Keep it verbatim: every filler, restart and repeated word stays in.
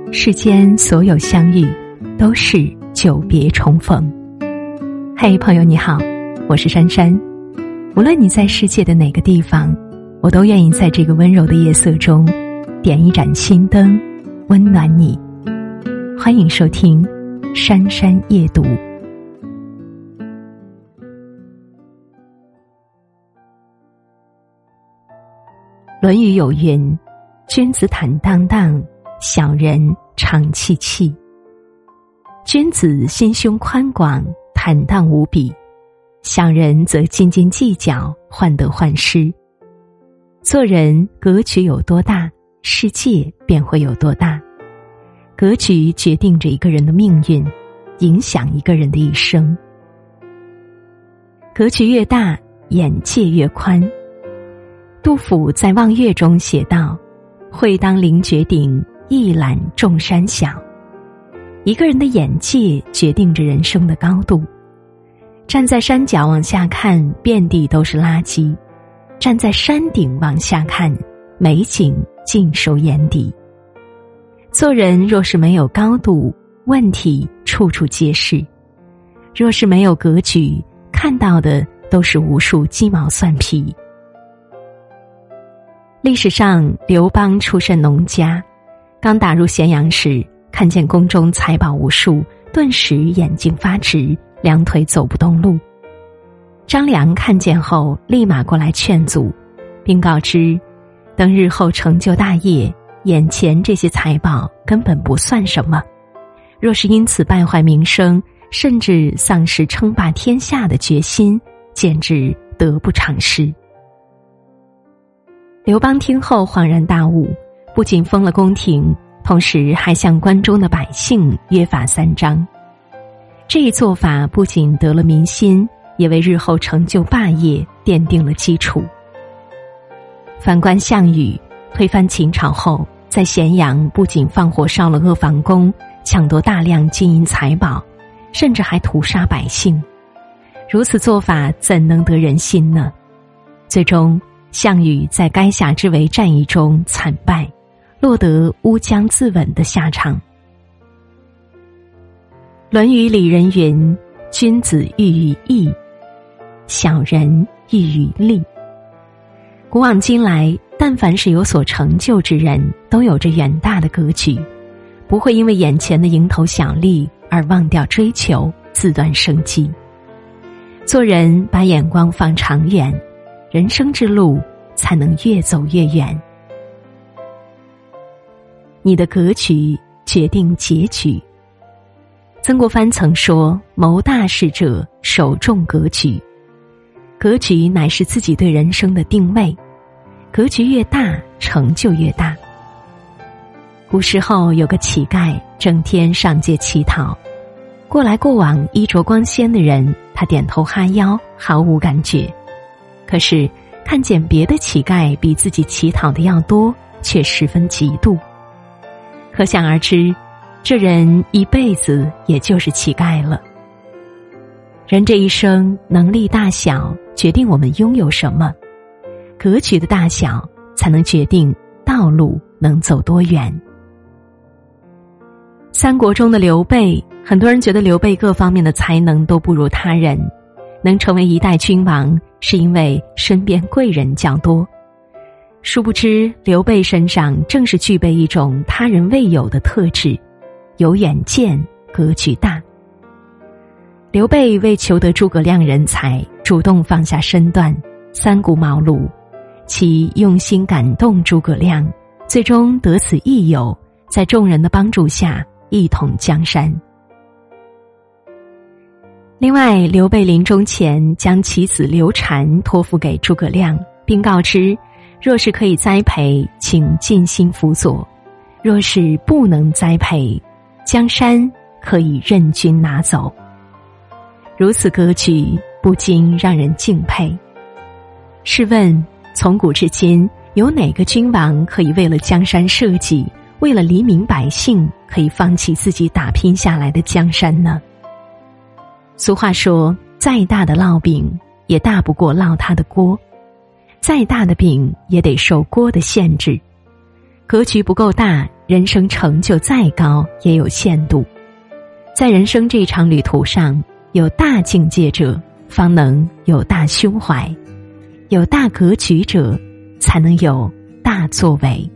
世间所有相遇，都是久别重逢。嘿，朋友你好，我是珊珊。无论你在世界的哪个地方，我都愿意在这个温柔的夜色中点一盏心灯，温暖你。欢迎收听珊珊夜读。论语有云，君子坦荡荡，小人长戚戚。君子心胸宽广，坦荡无比，小人则斤斤计较，患得患失。做人格局有多大，世界便会有多大。格局决定着一个人的命运，影响一个人的一生。格局越大，眼界越宽。杜甫在《望岳》中写道，会当凌绝顶，一览众山小。一个人的眼界决定着人生的高度。站在山脚往下看，遍地都是垃圾；站在山顶往下看，美景尽收眼底。做人若是没有高度，问题处处皆是；若是没有格局，看到的都是无数鸡毛蒜皮。历史上，刘邦出身农家，刚打入咸阳时，看见宫中财宝无数，顿时眼睛发直，两腿走不动路。张良看见后，立马过来劝阻，并告知，等日后成就大业，眼前这些财宝根本不算什么，若是因此败坏名声，甚至丧失称霸天下的决心，简直得不偿失。刘邦听后恍然大悟，不仅封了宫廷，同时还向关中的百姓约法三章。这一做法不仅得了民心，也为日后成就霸业奠定了基础。反观项羽，推翻秦朝后，在咸阳不仅放火烧了阿房宫，抢夺大量金银财宝，甚至还屠杀百姓。如此做法怎能得人心呢？最终项羽在垓下之围战役中惨败，落得乌江自刎的下场。论语里人云，君子喻于义，小人喻于利。古往今来，但凡是有所成就之人，都有着远大的格局，不会因为眼前的蝇头小利而忘掉追求，自断生机。做人把眼光放长远，人生之路才能越走越远。你的格局决定结局。曾国藩曾说，谋大事者首重格局。格局乃是自己对人生的定位，格局越大，成就越大。古时候有个乞丐，整天上街乞讨，过来过往衣着光鲜的人，他点头哈腰，毫无感觉。可是看见别的乞丐比自己乞讨的要多，却十分嫉妒。可想而知，这人一辈子也就是乞丐了。人这一生，能力大小决定我们拥有什么，格局的大小才能决定道路能走多远。三国中的刘备，很多人觉得刘备各方面的才能都不如他人，能成为一代君王，是因为身边贵人较多。殊不知，刘备身上正是具备一种他人未有的特质，有远见，格局大。刘备为求得诸葛亮人才，主动放下身段，三顾茅庐，其用心感动诸葛亮，最终得此益友，在众人的帮助下一统江山。另外，刘备临终前将其子刘禅托付给诸葛亮，并告知，若是可以栽培，请尽心辅佐；若是不能栽培，江山可以任君拿走。如此格局，不禁让人敬佩。试问，从古至今，有哪个君王可以为了江山社稷，为了黎民百姓，可以放弃自己打拼下来的江山呢？俗话说，再大的烙饼也大不过烙它的锅，再大的饼也得受锅的限制。格局不够大， 人生成就再高也有限度。在人生这场旅途上，有大境界者方能有大胸怀，有大格局者才能有大作为。